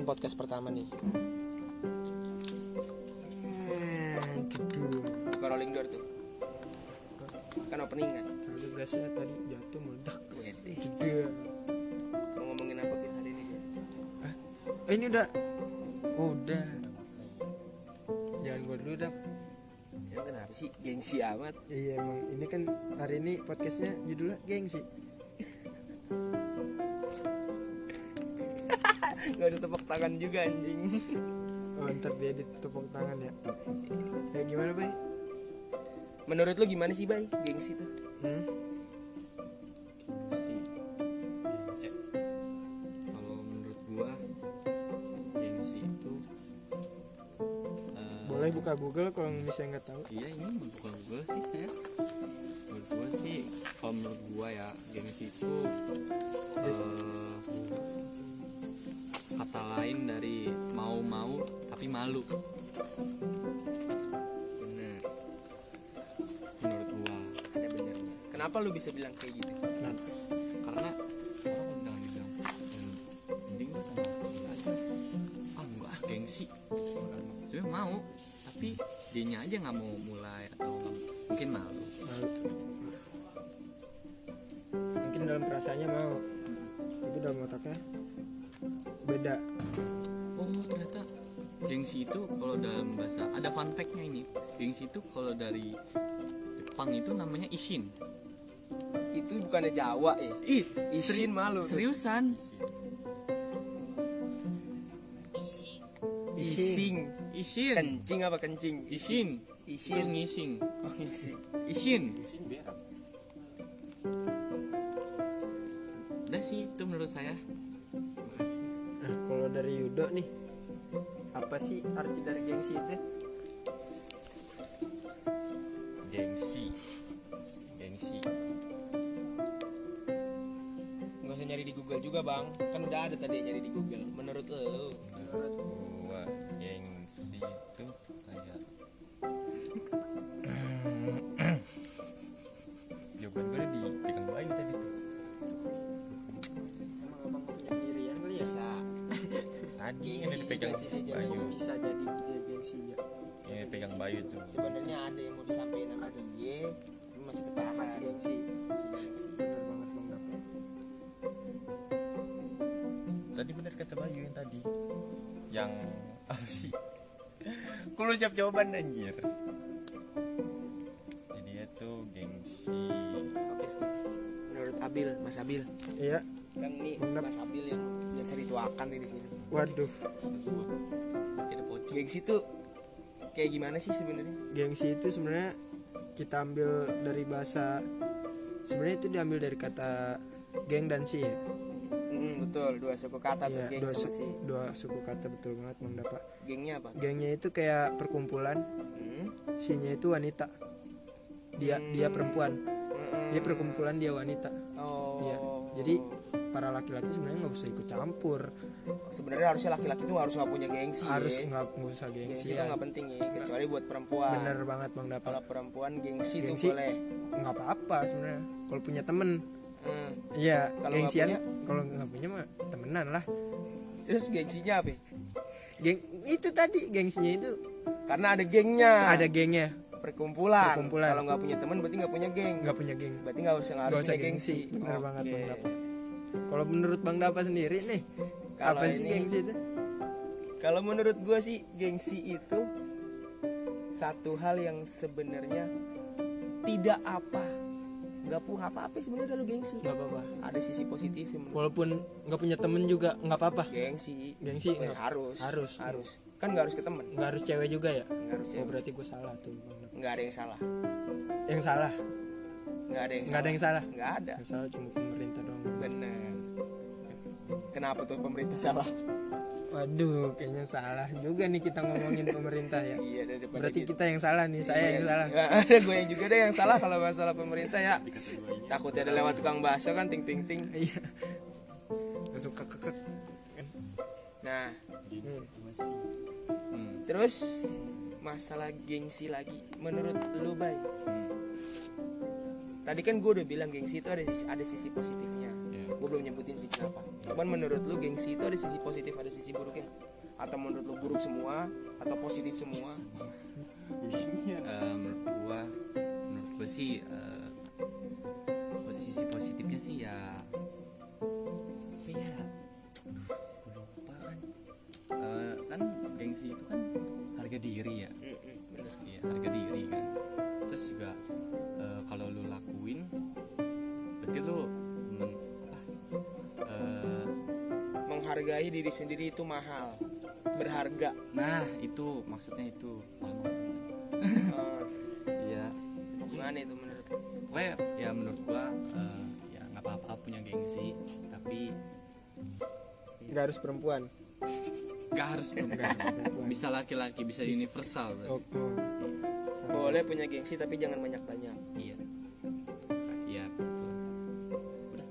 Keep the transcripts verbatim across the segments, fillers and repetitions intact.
podcast pertama nih. Buka rolling door tuh. Kan opening kan? Kalau gasnya tadi jatuh meledak. Gede. Mau ngomongin apa Pin hari ini? Hah? Oh, ini udah. Oh, udah. Jangan gua dulu dah. Ya kenapa sih gengsi amat? Iya emang ini kan hari ini podcastnya judulnya gengsi. Gak ada tepuk tangan juga anjing. Oh ntar dia ditepuk tangan ya. Kayak gimana Bay? Menurut lu gimana sih Bay gengsi tuh? Hmm? Gengsi. Kalau menurut gua gengsi itu uh, Boleh buka Google kalau misalnya nggak tahu. iya ini bukan Google sih saya. Menurut gua sih kalau menurut gua ya gengsi itu uh, kata lain dari mau-mau tapi malu. Bener. Menurut gua. Ada benernya. Kenapa lu bisa bilang kayak gitu? Nah, Karena orang jangan dibilang "Hmm, mending lu sama dia aja, ah enggak ah gengsi sebenarnya mau tapi dianya aja nggak mau mulai atau mungkin malu. malu. Mungkin dalam perasaannya mau, tapi dalam otaknya beda. Oh ternyata gengsi itu kalau dalam bahasa ada fun fact-nya ini, gengsi itu kalau dari Jepang itu namanya ishin. Itu bukannya Jawa ya? Ih Isin malu. tuh. seriusan Ising. ishin Kencing apa kencing? ishin itu Isin. ngising Oh, ising. ishin. Udah sih itu menurut saya. Makasih. Nah kalau dari Yudo nih, apa sih arti dari gengsi itu? Gengsi gengsi Nggak usah nyari di Google juga bang. Kan udah ada tadi yang nyari di Google. Menurut lu? menurut gua gengsi itu kayak jawaban gua di pegang bayi tadi tuh. Emang abang nggak punya pendirian kali ya? Bisa. Tadi Gengsi yang dipegang juga sih dia bayu, jadinya. Bisa jadi dia gengsi ya. yang dipegang bayu tuh. Sebenarnya ada yang mau disampaikan sama dia, tapi masih ketahan. Masih gengsi. Masih gengsi. Bener banget Bang Dapo. Tadi bener kata Bayu yang tadi, yang apa sih? Kok lu siap jawaban anjir? Jadi dia tuh gengsi. Oke skip. Menurut Abil, Mas Abil, Iya. kan nih Bener. Mas Abil yang biasa dituakan nih di sini. Waduh. Tidak pocong. Gengsi tuh kayak gimana sih sebenarnya? Gengsi itu sebenarnya kita ambil dari bahasa, sebenarnya itu diambil dari kata geng dan si ya. Mm, betul, dua suku kata tuh, Iya, geng dua, sama su- si. dua suku kata betul banget Bang Dapo. Gengnya apa? Gengnya itu kayak perkumpulan, Hmm. sinya itu wanita. Dia dia perempuan. Mm-mm. Dia perkumpulan dia wanita. Oh. Iya. Jadi para laki-laki sebenarnya nggak usah ikut campur. sebenarnya harusnya laki-laki tuh harus nggak punya gengsi. Harus ya. nggak nggak usah Gengsi gengsi itu ya. nggak penting ya, kecuali buat perempuan. Bener banget Bang Dapo. Kalau perempuan gengsi, Gengsi. tuh boleh. Nggak apa-apa sebenarnya. Kalau punya temen, Hmm. iya. Kalau nggak Gengsian. punya? Kalau nggak punya mah temenan lah. Terus gengsinya apa? Geng itu tadi gengsinya itu Karena ada gengnya. ada gengnya. Perkumpulan. Perkumpulan. Kalau nggak punya teman berarti nggak punya geng. Nggak punya geng. Berarti nggak usah nggak harus Nggak usah punya gengsi. gengsi. Bener banget Oke. Bang Dapo. Kalau menurut Bang Dapo sendiri nih, Kalau apa sih ini- gengsi itu? Kalau menurut gue sih gengsi itu satu hal yang sebenarnya tidak apa, nggak punya apa-apa sebenarnya lu gengsi. Nggak apa-apa. Ada sisi positifnya menurut Walaupun nggak punya temen juga nggak apa-apa. gengsi. Gengsi Eh, nggak harus. harus. Harus. Kan nggak harus ke temen. nggak harus cewek juga ya. Nggak harus Oh cewek. berarti gue salah tuh Bang Dapo. Nggak ada yang salah. Yang salah. Nggak ada yang Nggak ada yang salah. Nggak ada. Yang salah cuma pemerintah doang. Bener. Kenapa tuh pemerintah salah? Waduh, kayaknya salah juga nih kita ngomongin pemerintah ya. Iya, daripada Berarti gitu. kita yang salah nih, saya yang salah. Nggak ada gue yang juga deh yang salah kalau masalah pemerintah ya. Takutnya ada lewat tukang bakso kan ting ting ting. Iya. Langsung kekek. Nah, Hmm. Hmm. terus masalah gengsi lagi menurut lu Bay. Hmm. Tadi kan gue udah bilang gengsi itu ada sisi, ada sisi positifnya. Ya. gue belum nyebutin sih kenapa. Cuman menurut lu gengsi itu ada sisi positif ada sisi buruknya, atau menurut lu buruk semua atau positif semua? Eh, menurut gua menurut gua sih eh, posisi positifnya sih ya apa ya gua lupa kan. Eh, kan gengsi itu kan harga diri ya. Mm-mm, bener. Iya, harga diri kan. Terus juga eh, kalau lu lakuin berarti lu men, apa eh, Menghargai diri sendiri itu mahal, berharga. nah itu maksudnya itu paham. Eh, Iya, gimana itu menurut lu? pokoknya ya menurut gua eh, ya nggak apa-apa punya gengsi, tapi Nggak harus perempuan. nggak harus perempuan. Bisa laki-laki, bisa universal. Oh, oh. Sama. Boleh punya gengsi tapi jangan banyak-banyak. Iya, iya betul. Udah.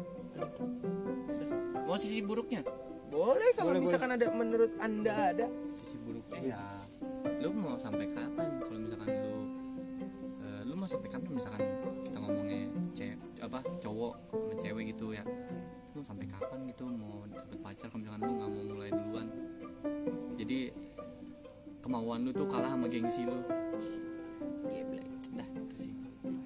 Udah. Mau sisi buruknya? Boleh kalau Boleh, misalkan ada menurut anda ada. Sisi buruknya ya, lu mau sampai kapan? Kalau misalkan lu, eh, lu mau sampai kapan? Misalkan kita ngomongnya cewek, apa cowok sama cewek gitu ya, lu sampai kapan gitu mau dapet pacar? Kalau misalkan lu nggak mau mulai duluan, jadi kemauan lu tuh kalah sama gengsi lu. Geblek. Dah, itu sih.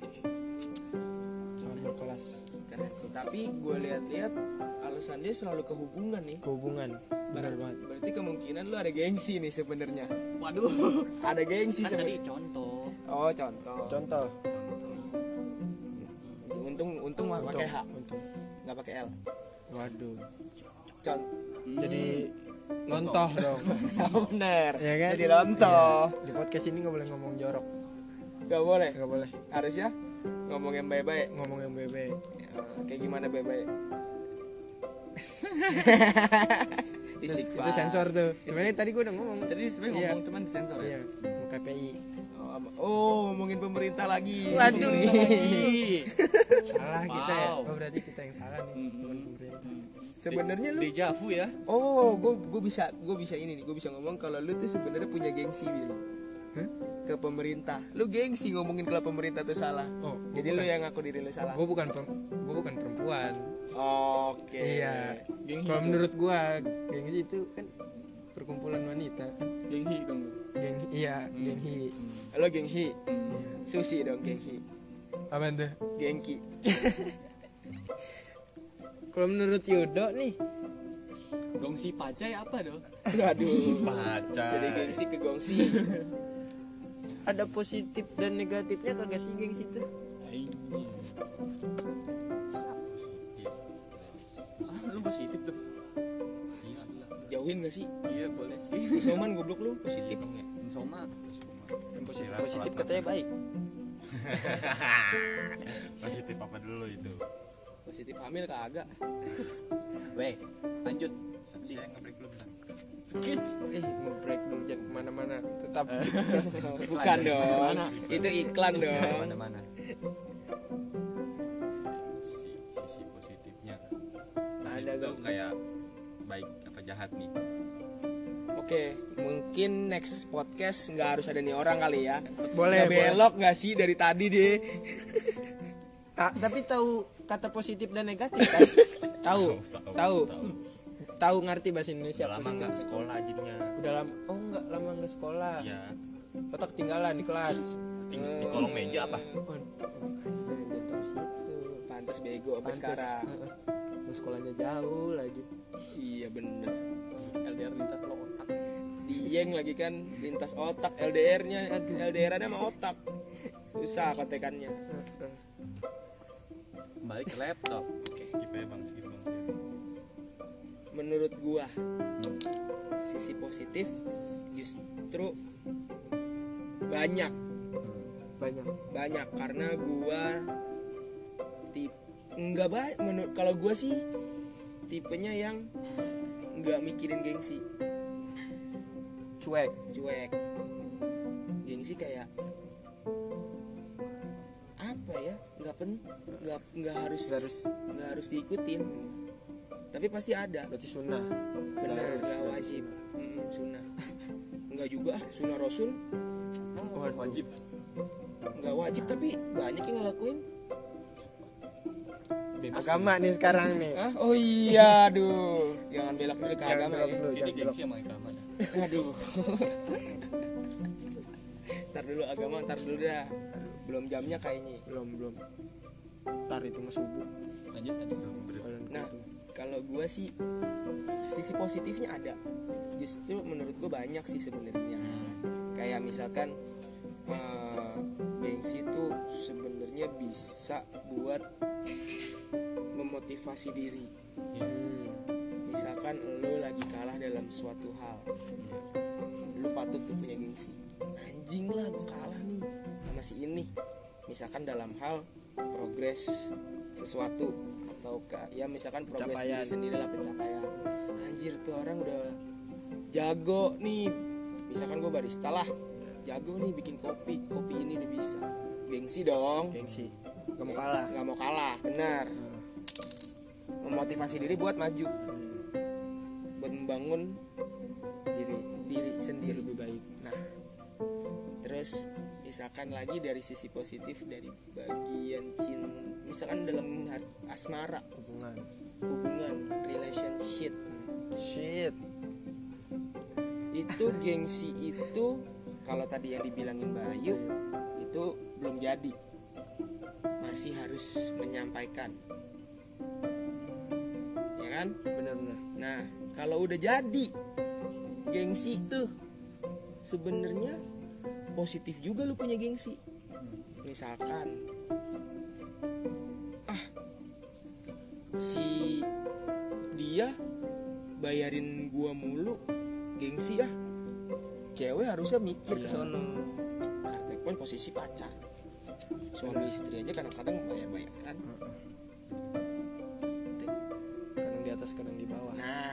Jangan berkelas. Keren sih. Tapi gue lihat-lihat alasan dia selalu ke hubungan nih. Kehubungan. Benar banget. Berarti kemungkinan lu ada gengsi nih sebenarnya. Waduh. Ada gengsi Kan tadi sebenarnya. contoh. Oh contoh. Contoh. Contoh. Untung untung mah pakai H, Untung. nggak pakai L. Waduh. Contoh. Hmm. Jadi lontoh dong. Bener. Ya kan? Jadi lontoh. Iya. Di podcast ini nggak boleh ngomong jorok. Gak boleh. Nggak boleh Harusnya ngomong yang baik-baik. ngomong yang bebe. Ya, kayak gimana baik-baik? Istighfar. Itu sensor tuh. Sebenarnya tadi gue udah ngomong. Tadi sebenarnya Iya. ngomong cuman disensor ya. Iya. K P I. Oh, am- oh, ngomongin pemerintah lagi. Waduh. Salah kita ya. Wow. Oh berarti kita yang salah nih. Mm-mm. Bukan pemerintah. Sebenarnya lu Dejavu ya. Oh, gue gue bisa gue bisa ini nih, gue bisa ngomong kalau lu tuh sebenarnya punya gengsi Bil. Ke pemerintah. Lu gengsi ngomongin kalau pemerintah tuh salah. Oh, Jadi lu yang ngaku diri lu salah. gue bukan gue bukan perempuan. Oke. Iya. Kalau menurut gue gengsi itu kan perkumpulan wanita kan. Genghi dong. Geng iya, genghi. Lo genghi. Iya. Susi dong genghi. Apaan tuh? Gengki. Kalau menurut Yudo nih, Gongsi pacai apa dong? Aduh. Baca. Jadi gengsi ke gongsi. ada positif dan negatifnya kagak sih gengsi itu? Ah, lu positif tuh. Jauhin gak sih? Iya boleh sih. Isoman goblok lu positif. Insoma. Yang positif, positif katanya baik. Positif apa dulu itu? Positif hamil kagak. Weh, lanjut. Saya ngebreak dulu bentar. Dikit. Eh, nge-break dulu jangan kemana-mana. Tetap Bukan dong. Itu iklan dong. Mana-mana. Si sisi positifnya. Ada Itu gak? kayak baik apa jahat nih? Oke, mungkin next podcast nggak harus ada nih orang kali ya. boleh. Nggak boleh. belok nggak sih dari tadi deh? Ta- tapi tahu kata positif dan negatif kan? tahu, tahu, tahu ngerti bahasa Indonesia. Udah lama positif. nggak sekolah jadinya. Udah lama. Oh enggak lama nggak sekolah. Iya. Otak ketinggalan di kelas. Di, di kolong meja apa? Jangan tahu situ. Pantes bego apa Pantes. sekarang? Heeh. Mau sekolahnya jauh lagi. Iya bener. L D R lintas lo otak. Dieng lagi kan lintas otak L D R-nya, L D R-nya sama otak. Susah kontekannya. Kembali ke laptop. Oke, skip ya bang, skip bang. Menurut gua sisi positif justru banyak Banyak. banyak karena gua tip nggak baik menurut kalau gua sih tipenya yang nggak mikirin gengsi, Cuek. cuek. Gengsi kayak apa ya, nggak pen nggak nggak harus Nggak harus. nggak harus diikutin, tapi pasti ada. Berarti sunnah. Benar, harus, nggak berarti wajib. Mm, sunnah nggak juga ah, sunnah rasul Waduh. Wajib. nggak wajib tapi banyak yang ngelakuin. bebas agama nih sekarang nih. Hah? Oh iya, aduh, jangan belok dulu ke Jangan agama belok ya. dulu, jadi jangan belok. gengsi sama agama dah. Aduh. Ntar dulu agama, ntar dulu dah. Belum jamnya kayaknya. Belum belum. Ntar itu mah subuh. Lanjut lanjut. Nah, kalau gue sih sisi positifnya ada. Justru menurut gue banyak sih sebenarnya. Kayak misalkan eh, gengsi itu sebenarnya bisa buat memotivasi diri. Hmm. Misalkan lo lagi kalah dalam suatu hal, lo patut tuh punya gengsi. Anjing lah, gue kalah nih sama si ini. Misalkan dalam hal progres sesuatu atau ka- ya misalkan progres Pencapaian. diri sendiri lah, pencapaian. Anjir tuh orang udah jago nih. Misalkan gue barista lah, jago nih bikin kopi, kopi ini udah bisa. Gengsi dong. Gengsi. Gak mau kalah. Gak mau kalah, benar. Memotivasi diri buat maju, buat membangun Diri diri sendiri lebih baik. Nah, terus misalkan lagi dari sisi positif dari bagian cinta, misalkan dalam har- asmara, Hubungan. hubungan, relationship, Shit. itu gengsi itu kalau tadi yang dibilangin Bayu itu belum jadi, masih harus menyampaikan, ya kan? Benar-benar. Nah, kalau udah jadi gengsi itu sebenarnya positif juga lu punya gengsi. Misalkan ah si dia bayarin gua mulu, gengsi ah. Cewek harusnya mikir ke sono. Karena pun posisi pacar. Suami istri aja kadang-kadang bayar-bayaran. Kadang di atas, kadang di bawah. Nah,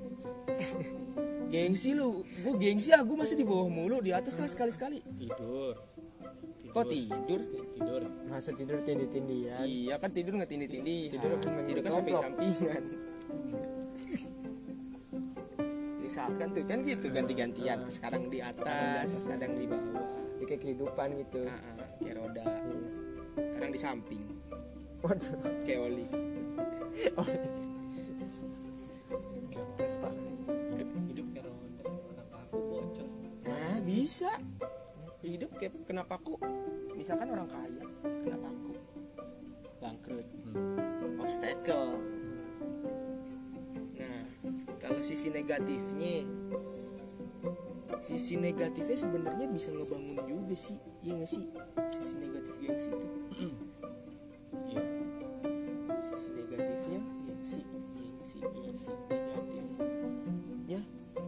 gengsi lu, gue gengsi ah, gue masih di bawah mulu, di atas lah sekali-sekali. Tidur. Kok tidur? Tidur. Masa tidur tindih-tindihan. Iya kan tidur nggak tindih-tindih. Tidur Nah, apa main tidur kan goblok? samping-sampingan. Misalkan tuh kan gitu ganti-gantian. Sekarang di atas, kadang di bawah. Ini kayak kehidupan gitu. Nah, kayak roda. Kadang di samping, Waduh. kayak oli. Kepres pak. Hidup kayak roda. Kenapa aku bocor? Nah, bisa. Hidup kayak kenapa aku? Misalkan orang kaya, kenapa aku? Bangkrut. Obstacle. Nah, kalau sisi negatifnya, sisi negatifnya sebenarnya bisa ngebangun juga sih, iya nggak sih? Sisi negatif gengsi itu, Iya. sisi negatifnya gengsi, gengsi, gengsi negatif, ya?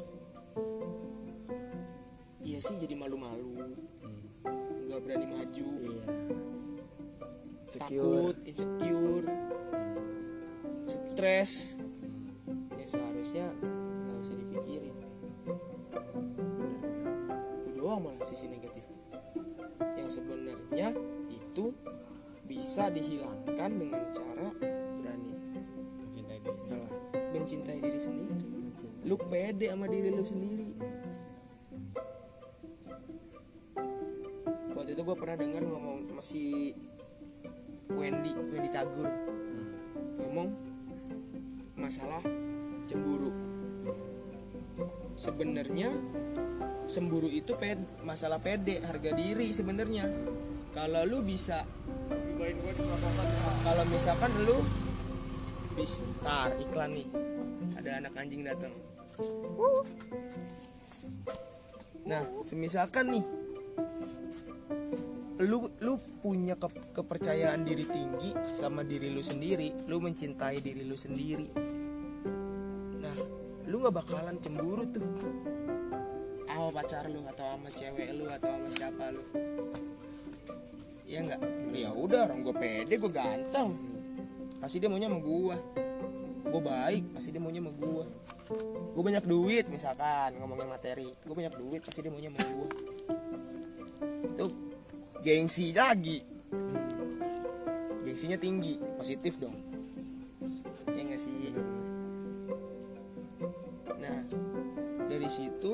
Iya sih, jadi malu-malu, nggak berani maju, Iya. takut, insecure, stres. Ya seharusnya nggak usah dipikirin. Itu doang malah sisi negatif. Yang sebenarnya itu bisa dihilangkan dengan cara Berani. Mencintai diri sendiri. Salah. mencintai diri sendiri. Mencintai. Lu pede sama diri lu sendiri. Waktu itu gue pernah dengar ngomong masih Wendy, Wendy Cagur ngomong masalah cemburu. Sebenarnya cemburu itu ped, masalah pede, harga diri sebenarnya. Kalau lu bisa, kalau misalkan lu bis, tar iklan nih, ada anak anjing datang. Nah, semisalkan nih, lu lu punya ke, kepercayaan diri tinggi sama diri lu sendiri, lu mencintai diri lu sendiri. Nah, lu nggak bakalan cemburu tuh sama pacar lu atau sama cewek lu atau sama siapa lu. Iya nggak? Ya udah, orang gue pede, gue ganteng, pasti dia maunya sama gue. Gue baik, pasti dia maunya sama gue. Gue banyak duit, misalkan ngomongin materi, gue banyak duit, pasti dia maunya sama gue. Itu gengsi lagi, gengsinya tinggi, positif dong, ya nggak sih? Nah, dari situ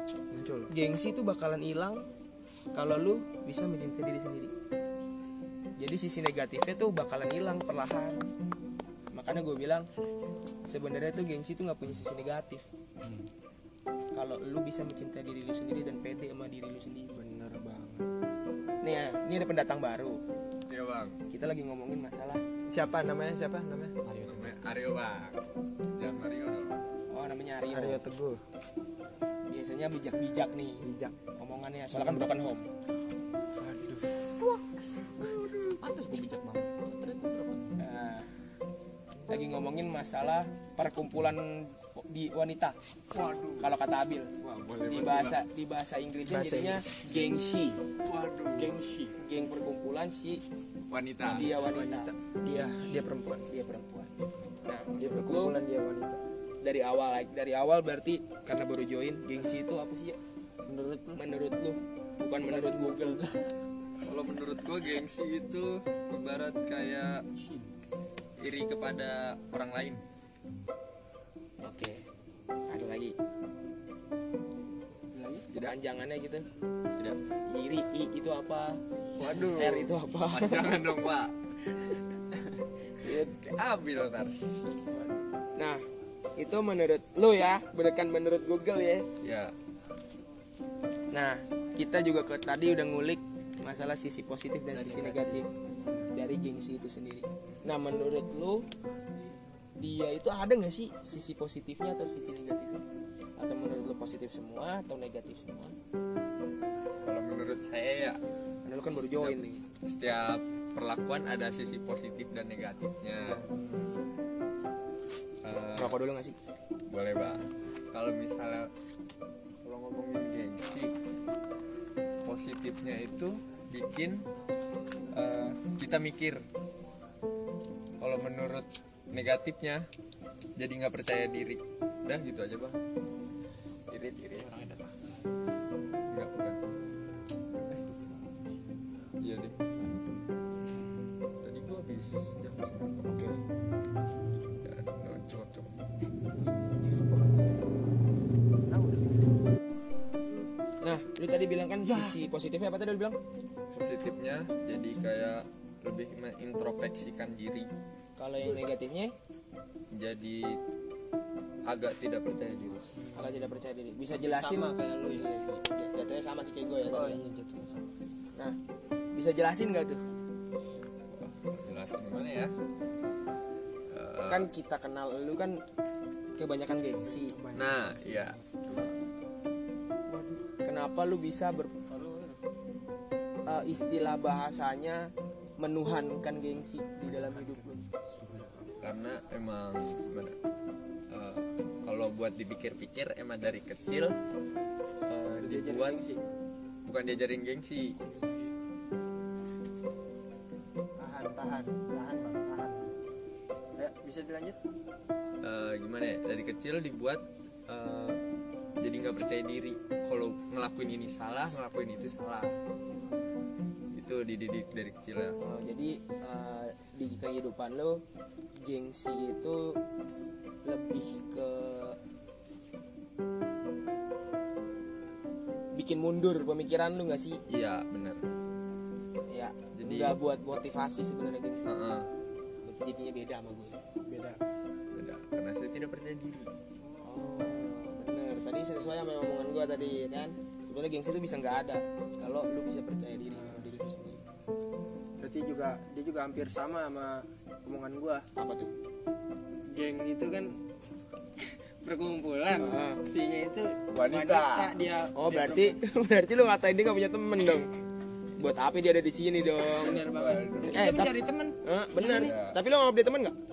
Muncul. gengsi itu bakalan hilang kalau lu bisa mencintai diri sendiri. Jadi sisi negatifnya tuh bakalan hilang perlahan. Makanya gue bilang sebenarnya tuh gengsi tuh nggak punya sisi negatif. Hmm. Kalau lu bisa mencintai diri lu sendiri dan pede sama diri lu sendiri. Bener banget. Nih ya, ini ada pendatang baru. Iya bang. Kita lagi ngomongin masalah. Siapa namanya? Siapa namanya? Namanya Aryo bang. Jangan Mario dong. Oh namanya Aryo. Aryo Teguh. Biasanya bijak-bijak nih Bijak. omongannya. Soalnya kan broken home. Aduh. Pantas gue bijak banget. Ternyata berapa? Nah, lagi ngomongin masalah perkumpulan di wanita. Waduh. Kalau kata Abil, Wah boleh di banget, bahasa di bahasa Inggrisnya Bahasa jadinya gengsi. Bang. Waduh. Gengsi. Geng perkumpulan si Wanita. dia wanita, Dia dia perempuan. dia perempuan. Nah, Dia menurut lu perkumpulan dia wanita. dari awal dari awal berarti karena baru join, gengsi itu apa sih ya? Menurut lu? Menurut lu, bukan menurut Google. Kalau menurut gua gengsi itu ibarat kayak iri kepada orang lain. Oke. Ada lagi. Ada lagi? Panjangannya gitu. Tidak. Iri I itu apa? Waduh. R itu apa? Jangan dong pak. Kayak Abil ntar. Nah, itu menurut lu ya, bukan menurut Google ya. Ya. Nah, kita juga ke tadi udah ngulik masalah sisi positif dan sisi negatif dari gengsi itu sendiri. Nah, menurut lu dia itu ada nggak sih sisi positifnya atau sisi negatifnya? Atau menurut lu positif semua atau negatif semua? Kalau menurut saya ya Karena lu kan baru join nih. setiap perlakuan ada sisi positif dan negatifnya. Eh, Rokok dulu nggak sih? boleh bang. Kalau misalnya kalau ngomongin gengsi, positifnya itu bikin eh, kita mikir. Kalau menurut negatifnya jadi nggak percaya diri. Udah gitu aja bang. Irit irit orangnya datang. Enggak bukan. Eh, iya deh. Tadi gua habis jam Oke. ya, no, cukup cukup. Nah, lu tadi bilang kan sisi positifnya apa tadi lu bilang? Positifnya jadi kayak lebih mengintrospeksikan diri, Kalau yang negatifnya jadi agak tidak percaya diri. agak tidak percaya diri. Bisa jelasin? Sama kayak lu ya. Iya sih. Jatuhnya sama sih kayak gue ya. Oh tadi. iya jatuhnya sama. Nah, bisa jelasin nggak tuh? Jelasin gimana ya? Eh, Kan kita kenal lu kan kebanyakan gengsi. nah iya Kenapa lu bisa ber eh, istilah bahasanya menuhankan gengsi di dalam hidup lu? karena emang gimana? Eh, kalau buat dipikir-pikir emang dari kecil eh, dibuat bukan diajarin gengsi. Tahan, tahan, tahan bang, tahan. Ya, bisa dilanjut? Eh, gimana ya, dari kecil dibuat eh, jadi nggak percaya diri. Kalau ngelakuin ini salah, ngelakuin itu salah. Itu dididik dari kecil ya. Oh, jadi eh, di kehidupan lu gengsi itu lebih ke bikin mundur pemikiran lu nggak sih? Iya benar. Ya, Jadi- nggak buat motivasi sebenarnya gengsi. Heeh, Berarti jadinya beda sama gue. Beda. beda. Karena saya tidak percaya diri. Oh, bener. Tadi sesuai sama omongan gue tadi kan. Sebenarnya gengsi itu bisa nggak ada kalau lu bisa percaya diri sama diri lu sendiri. Berarti juga dia juga hampir sama sama omongan gua. Apa tuh? Geng itu kan perkumpulan. Ah. Sinya itu Wanita. dia. Oh, dia berarti berarti lu ngatain dia nggak punya temen dong. Buat apa dia ada di sini dong? bener banget. Eh, Dia tapi- mencari teman. Eh, bener. Iya. Tapi lu nganggap dia temen nggak?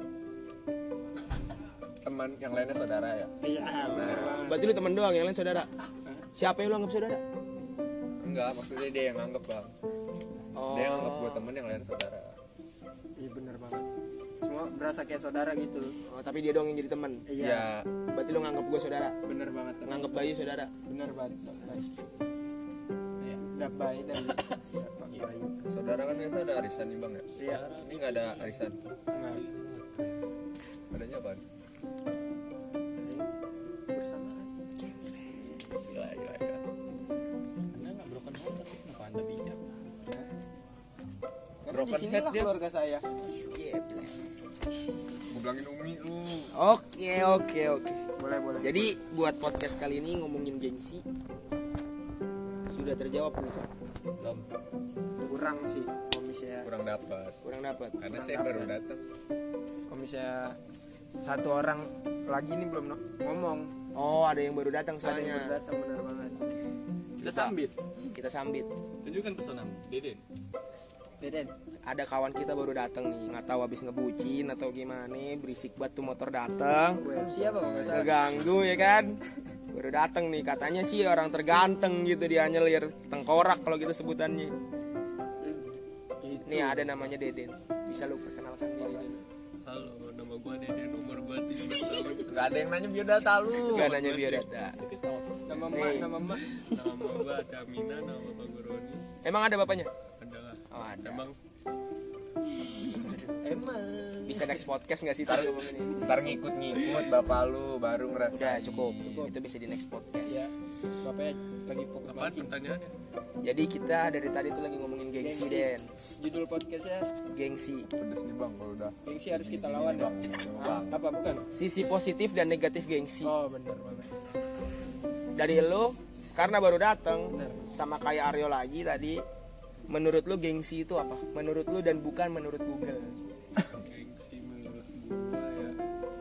Teman yang lainnya saudara ya? Iya, bener banget. Berarti lu temen doang, yang lain saudara. Siapa yang lu anggap saudara? Enggak, maksudnya dia yang nganggep bang. Oh. Dia yang nganggep gue temen, yang lain saudara. Iya bener banget. Semua berasa kayak saudara gitu. Oh, tapi dia doang yang jadi temen. Iya, Ya, Berarti lu nganggap gue saudara. bener banget. Nganggap Bayu saudara. Bener banget. Baik. Iya, udah baik dan Pak Bayu. saudara kan biasa ada arisan nih bang ya? Iya. Ini nggak ada arisan. Enggak. Adanya apa? Bersamaan. Gila, gila, gila. Anda nggak broken home tapi kenapa Anda bijak? di sini lah keluarga saya. Gue bilangin Umi lu. Oke oke oke. Boleh boleh. Jadi buat podcast kali ini ngomongin gengsi sudah terjawab belum? Belum. Kurang sih kalau misalnya Kurang dapat. Kurang dapat. Karena saya baru datang. kalau misalnya satu orang lagi nih belum no- ngomong. Oh ada yang baru datang Ada yang soalnya. baru datang benar banget. Kita sambit. Kita sambit. Tunjukkan pesanan, Deden. Deden. Ada kawan kita baru datang nih, nggak tahu habis ngebucin atau gimana, berisik banget tuh motor datang, W M C apa nggak salah? ngeganggu ya kan. Baru datang nih, katanya sih orang terganteng gitu, dia nyelir tengkorak kalau gitu sebutannya. Gitu. Nih ada namanya Deden, bisa lu perkenalkan diri dulu. Halo, nama gua Deden, umur gua tujuh belas tahun. Gak ada yang nanya biodata lu. Gak nanya biodata. Nama Nih. mak, nama mak. Nama gua Kamina, nama Bang Roni. Emang ada bapaknya? Adalah. Oh ada. Emang Emang. Bisa next podcast nggak sih taruh ngomong ini? Ntar ngikut-ngikut bapak lu baru ngerasa. Udah cukup, itu bisa di next podcast. Ya. Bapaknya lagi fokus apaan mancing. pertanyaannya? Jadi kita dari tadi tuh lagi ngomongin gengsi, Gengsi. Den. Judul podcastnya Gengsi. Pedes nih bang kalau udah. gengsi harus kita lawan ya. Bang. Apa bukan? Sisi positif dan negatif gengsi. Oh benar banget. Dari lu karena baru datang, Benar. sama kayak Aryo lagi tadi. Menurut lu gengsi itu apa? Menurut lu dan bukan menurut Google. Gengsi menurut gua ya.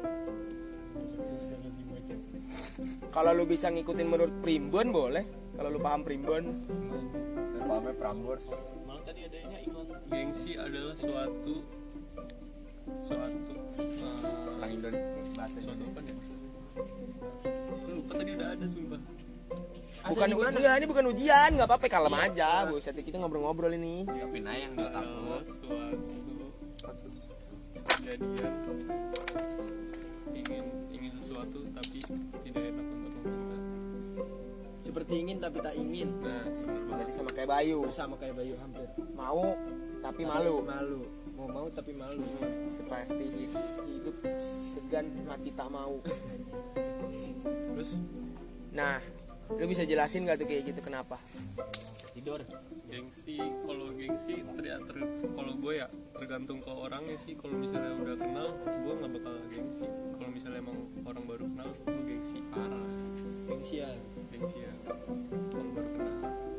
Kalau lu bisa ngikutin menurut Primbon boleh. Kalau lu paham Primbon. Pahamnya Prambors. Malah tadi adanya iklan. Gengsi adalah suatu suatu eh, Orang Indonesia. Bahasa suatu apa nih? Gua lupa tadi udah ada sumpah. Bukan ujian, ini bukan ujian, nggak apa-apa kalem aja. Buset kita ngobrol-ngobrol ini. Siapin aja yang di otak lu. Adalah suatu kejadian ingin ingin sesuatu tapi tidak enak untuk meminta. Seperti ingin tapi tak ingin. Nah, bener banget. Berarti sama kayak Bayu. Sama kayak Bayu hampir. Mau tapi malu. Malu. Mau mau tapi malu. Seperti hidup segan mati tak mau. Terus Nah, lu bisa jelasin gak tuh kayak gitu kenapa? tidur. Gengsi, kalau gengsi teriak ter, kalau gue ya tergantung ke orangnya sih. Kalau misalnya udah kenal, gue nggak bakal gengsi. Kalau misalnya emang orang baru kenal, gue gengsi parah. Gengsian. Gengsi ya, orang baru kenal.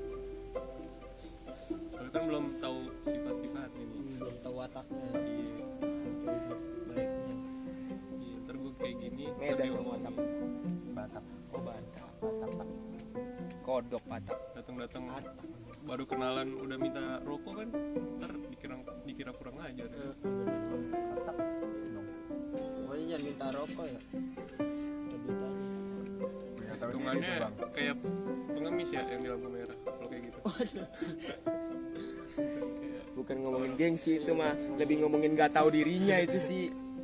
Soalnya kan belum tahu sifat-sifat ini. Hmm, belum tahu wataknya. Iya, Belum tahu baiknya. iya. Ntar gue kayak gini. ntar Medan dia dong ngomong, Batak. Batak. Oh Batak. Batak. Kodok Batak. Datang-datang Atak. baru kenalan udah minta rokok kan, ntar dikira dikira kurang ajar. Eh, bener banget. Pokoknya jangan minta rokok ya. Lebih tadi. Nggak tahu diri Hitungannya tuh, bang. kayak pengemis ya yang di lampu merah kalau kayak gitu. Bukan ngomongin gengsi itu mah, lebih ngomongin gak tahu dirinya itu sih.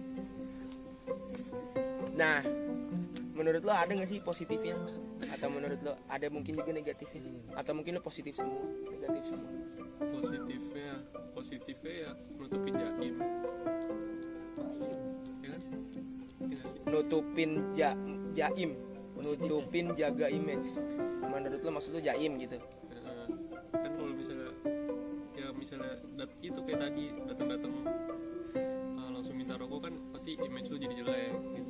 Nah, menurut lo ada gak sih positifnya? Atau menurut lo ada mungkin juga negatifnya? Atau mungkin lo positif semua, negatif semua? Positifnya positifnya ya nutupin jaim, ya kan? Iya nggak sih? Nutupin ja, jaim, nutupin jaga image. Menurut lo maksud lo jaim gitu? Nah, kan kalau misalnya ya misalnya dat itu kayak tadi datang-datang uh, langsung minta rokok kan pasti image lu jadi jelek gitu.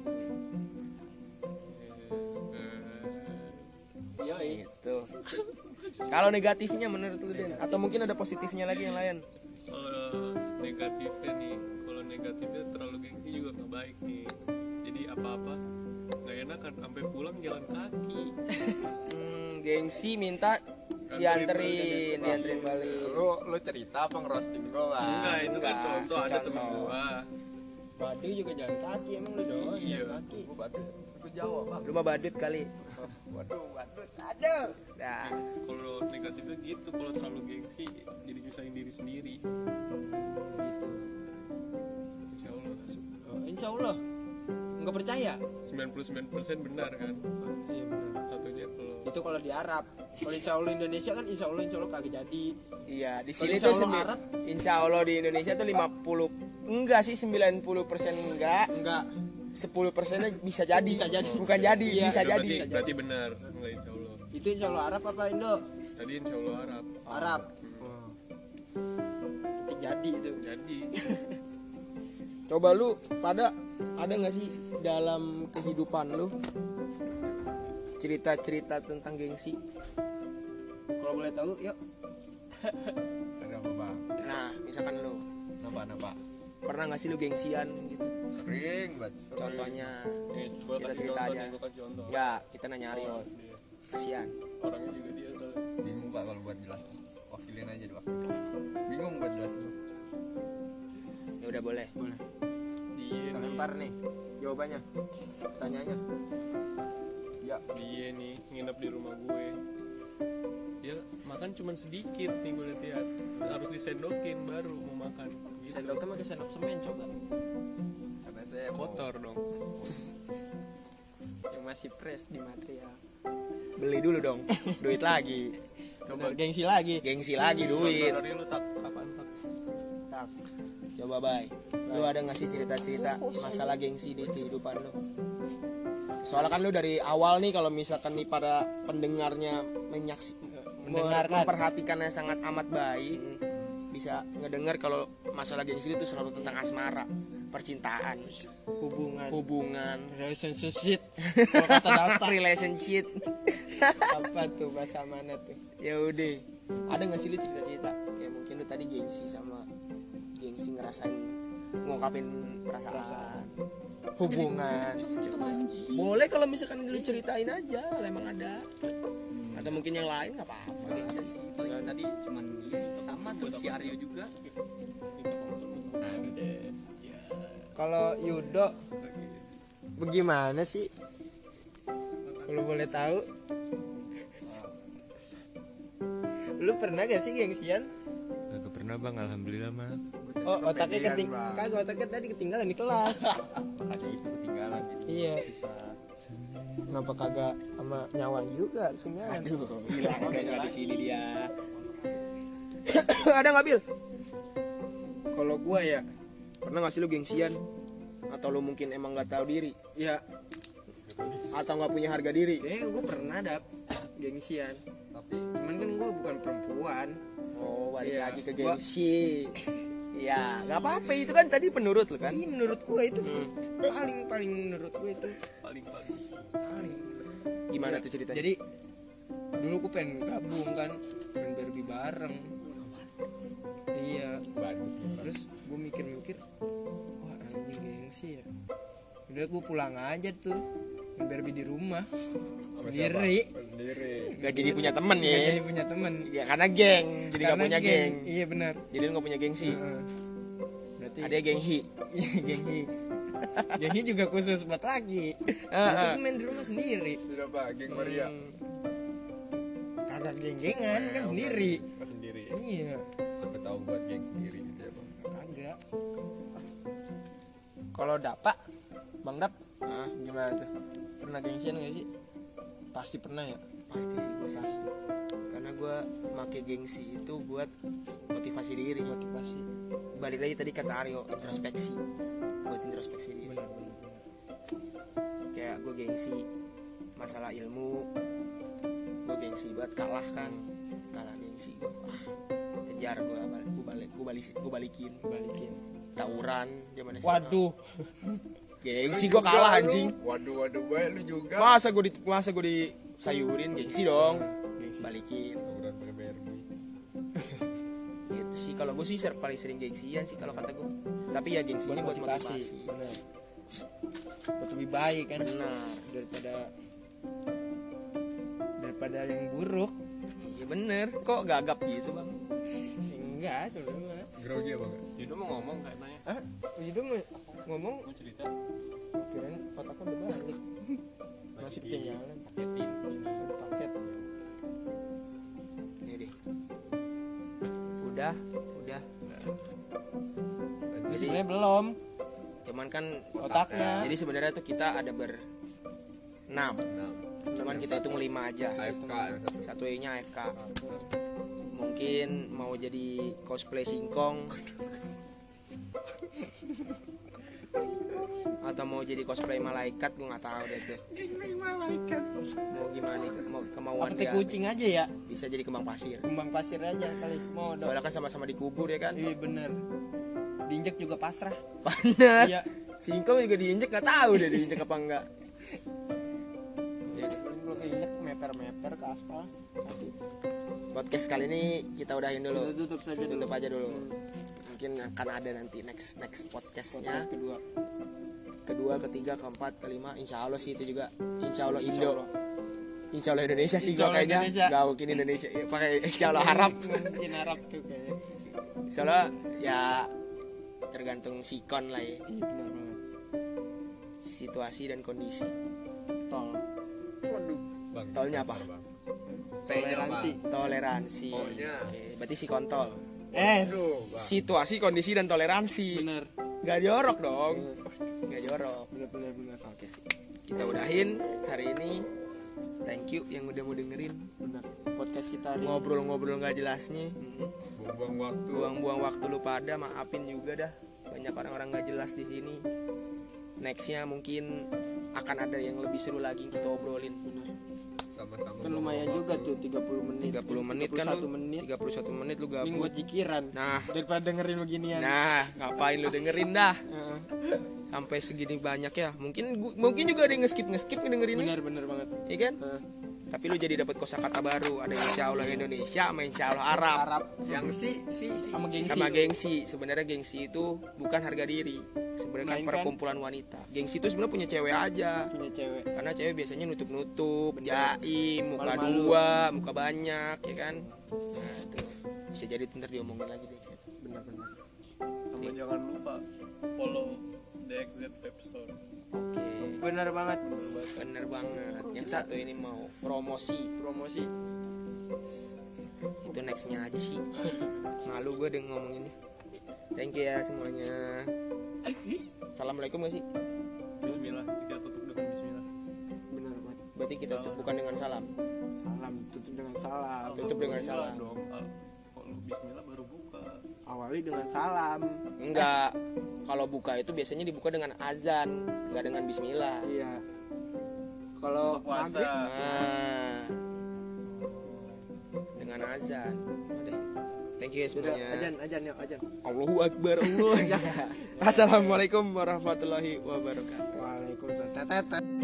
Yo itu. Kalau negatifnya menurut lu Den? Atau mungkin ada positifnya lagi yang lain? Kalau negatifnya nih, kalau negatifnya terlalu gengsi juga nggak baik nih. Jadi apa-apa nggak enak kan, sampai pulang jalan kaki. Hmm, gengsi minta dianterin, dianterin balik. Lu lu cerita apa ngerosting gua bang? Enggak, itu kan enggak, contoh ada contoh. temen gua. Badu juga jalan kaki emang lu doang. Iya. Jalan kaki. Gua batu. Gua Jawa bang. Lu mah badut kali. Waduh, badut. Aduh. Nah, Kalau negatifnya gitu, kalau terlalu gengsi jadi nyusahin diri sendiri. Gitu. Insya Allah Oh, insya Allah. Nggak percaya? sembilan puluh sembilan persen benar kan. Iya benar. Satunya kalau Itu kalau di Arab. Kalau insya Allah Indonesia kan insya Allah insya Allah kagak jadi. iya di Kalau sini insya tuh Allah sembi- Arab? insya Allah di Indonesia tuh lima puluh enggak sih sembilan puluh persen enggak, Enggak. sepuluh persennya bisa jadi. Bisa jadi. Bukan jadi, Iya. bisa Ya, jadi. berarti, berarti benar. Enggak insya Allah. Itu insya Allah Arab apa Indo? Tadi insya Allah Arab. Arab. Oh. Jadi jadi itu. Jadi Coba lu pada ada nggak sih dalam kehidupan lu cerita-cerita tentang gengsi? Kalau boleh tahu, yuk. Ada apa bang? Nah, misalkan lu Napa napa? pernah nggak sih lu gengsian gitu? Sering banget. Contohnya, eh, gua Kita kasih cerita contoh aja. nih, gua kasih contoh. nggak kita nanya Aryo, Oh, dia. kasihan. Orangnya juga dia soalnya. Bingung pak kalau buat jelas. Wakilin aja deh wakilin. Bingung buat jelas. Ya udah boleh. Boleh. Dia Kita nih, lempar nih jawabannya. Pertanyaannya. ya dia nih nginep di rumah gue. Dia makan cuman sedikit nih gue lihat, harus disendokin baru mau makan. Gitu. Sendoknya pakai sendok semen coba. Karena saya mau- Kotor dong. Yang masih fresh di material. Beli dulu dong, duit lagi, Coba Gengsi lagi. gengsi lagi duit. Dari lu tak apaan tak? Tak. Coba bay, lu ada nggak sih cerita-cerita masalah gengsi di kehidupan lu? Soalnya kan lu dari awal nih kalau misalkan nih para pendengarnya menyaksi, Mendengarkan. memperhatikannya sangat amat baik, bisa ngedengar kalau masalah gengsi itu selalu tentang asmara, percintaan, Hubungan. hubungan, Relationship. Kalau kata data. relationship. Apa tuh bahasa mana tuh? Ya udah, ada nggak sih lu cerita-cerita? Kayak mungkin lu tadi gengsi sama gengsi ngerasain ngungkapin perasaan, hubungan. Boleh kalau misalkan lu ceritain aja, kalau emang ada. Atau mungkin yang lain nggak apa-apa. gengsi. paling tadi cuman dia sama tuh si Aryo juga. Nah, itu deh. Kalau Yudo bagaimana sih? Kalau boleh tahu. Lu pernah gak sih gengsian? Gak pernah bang, alhamdulillah mah. Oh, otaknya Kepedean, ketinggalan. Bang. Kagak, otaknya tadi ketinggalan di kelas. Ada itu ketinggalan. Jadi Iya. Kenapa kagak sama nyawa juga ketinggalan? Aduh, bilang udah nggak di sini dia. Ada nggak Bil? Kalau gua ya, Pernah nggak sih lu gengsian? Atau lu mungkin emang nggak tahu diri? ya Atau nggak punya harga diri? kayaknya gua pernah dap gengsian. Cuman kan gua bukan perempuan. Oh, balik Iya, lagi ke gua- gengsi. Ya, nggak apa-apa itu kan tadi menurut lu kan. Iya, menurut gua itu paling paling menurut gua itu Paling paling. paling. Gimana Ya, tuh ceritanya? Jadi dulu gua pengen gabung kan, pengen Barbie bareng. Iya. Terus gue mikir-mikir, wah anjing gengsi ya. Udah gue pulang aja tuh, main Barbie di rumah sendiri. sendiri. Gak jadi punya temen Gak ya? jadi punya temen. Ya karena geng, jadi gak Karena punya geng. Iya benar. Jadi lu gak punya gengsi. Heeh. Berarti Ada geng hi. Iya, genghi. Genghi juga khusus buat laki. Heeh. Berarti gue main di rumah sendiri. Sudah pak, geng Maria. Kagak geng-gengan kan sendiri. Pas sendiri. Iya. Coba tahu buat geng sendiri gitu ya bang. Kagak. Kalau Dapa, Bang Dap, ah, gimana tuh? Pernah gengsian gak sih? Pasti pernah ya. Pasti sih gue pasti. Karena gue make gengsi itu buat motivasi diri. Motivasi. Balik lagi tadi kata Aryo, introspeksi. Buat introspeksi diri. Benar, benar, benar. Kayak gue gengsi masalah ilmu. Gue gengsi buat kalah kan. Kalah gengsi gue. Ah, kejar gue balik, gue balik, gue balik, gue balikin, Balikin. tawuran zaman S M A. Waduh, Gengsi gue kalah anjing. Waduh waduh baik lu juga. Masa gue di masa gue disayurin, gengsi dong. Balikin. Tawuran pakai Barbie. Gitu sih kalau gue sih ser- paling sering gengsian sih kalau kata gue. Tapi ya gengsinya buat motivasi. benar. Buat lebih baik kan Benar. daripada daripada yang buruk. Iya bener. Kok gagap gitu bang? Enggak sebenarnya. Grogi apa enggak? Itu mau ngomong kayaknya. Ah, itu mau ngomong Mau cerita. kirain otaknya udah balik. Masih ketinggalan. Paketin ini. Paket. Ini deh. Udah, udah. Ini Jadi sebenarnya belum cuman kan otaknya. jadi sebenarnya tuh kita ada ber enam. Nah, Cuman kita hitung lima aja. A F K yang satu. Satu E nya A F K. Mungkin mau jadi cosplay singkong atau mau jadi cosplay malaikat, gue nggak tahu deh tuh. malaikat. Mau gimana nih, mau kemauan Apa dia. kucing aja ya? Bisa jadi kembang pasir. Kembang pasir aja kali. Mau dong. Soalnya kan sama-sama dikubur ya kan. Iya bener. Diinjek juga pasrah. Bener. Iya. Singkong juga diinjek nggak tahu deh diinjek apa enggak. Ya, Kalau keinjek meper-meper ke aspal. Mati. podcast kali ini kita udahin dulu. Kita tutup saja dulu. Tutup aja dulu. Mungkin akan ada nanti next next podcastnya. Podcast kedua. Kedua, ketiga, keempat, kelima. Insya Allah sih itu juga. Insya Allah Insya Indo. Allah. Insya Allah Indonesia sih Insya gua Allah kayaknya. Indonesia. Gak mungkin Indonesia. Ya, pakai Insya Allah Arab. Mungkin Arab tuh kayaknya. Insya Allah ya tergantung sikon lah ya. Iya benar banget. Situasi dan kondisi. Tol. Bang, Tolnya apa? Bang. Toleransi. Toleransi. Tolnya. Oke, berarti si kontol. Es. Situasi, kondisi dan toleransi. Bener. Gak jorok dong. Gak jorok. Bener bener bener. Oke sih. Kita udahin hari ini. Thank you yang udah mau dengerin Bener. Podcast kita hari ini. ngobrol-ngobrol gak jelasnya. Buang-buang waktu. Buang-buang waktu lu pada, maafin juga dah. Banyak orang-orang gak jelas di sini. Nextnya mungkin akan ada yang lebih seru lagi yang kita obrolin. Sama-sama. Kan lumayan juga tuh tiga puluh menit. tiga puluh menit kan satu lu. menit. tiga puluh satu menit lu Ini gabut. buat jikiran. Nah, Daripada dengerin beginian. nah, ngapain lu dengerin dah? Heeh. Sampai segini banyak ya. Mungkin gu- mungkin juga ada yang ngeskip ngeskip ngedengerin ini. Bener bener banget. Iya kan? Heeh. Tapi lu jadi dapat kosakata baru. Ada insya Allah Indonesia sama insya Allah Arab. Arab Yang si si si. sama gengsi. Sama gengsi. Sebenarnya gengsi itu bukan harga diri. Sebenarnya kan Melainkan- perkumpulan wanita. Gengsi itu sebenarnya punya cewek aja. Punya cewek. Karena cewek biasanya nutup-nutup, jaim, muka Malu-malu. dua, muka banyak, ya kan? Nah, itu bisa jadi ntar diomongin lagi deh. Bener-bener. Sama jangan lupa follow D X Z Vape Store. Oke, Bener banget. bener banget. Yang satu ini mau promosi, Promosi. itu nextnya aja sih. Malu gue deh ngomonginnya. Thank you ya semuanya. Assalamualaikum gak sih? Bismillah, kita tutup dengan Bismillah. Bener banget. Berarti kita tutup bukan dengan salam. Salam tutup dengan salam. Tutup dengan Bismillah salam. dong. Ah, kalau Bismillah baru buka. Awali dengan salam. Enggak. Kalau buka itu biasanya dibuka dengan azan, enggak dengan bismillah. Iya. Kalau Puasa. maghrib Nah, dengan azan. Udah. Thank you ya udah semuanya. ajan ajan yuk ajan. Allahu Akbar. Allah. Assalamualaikum warahmatullahi wabarakatuh. Waalaikumsalam. Tetet.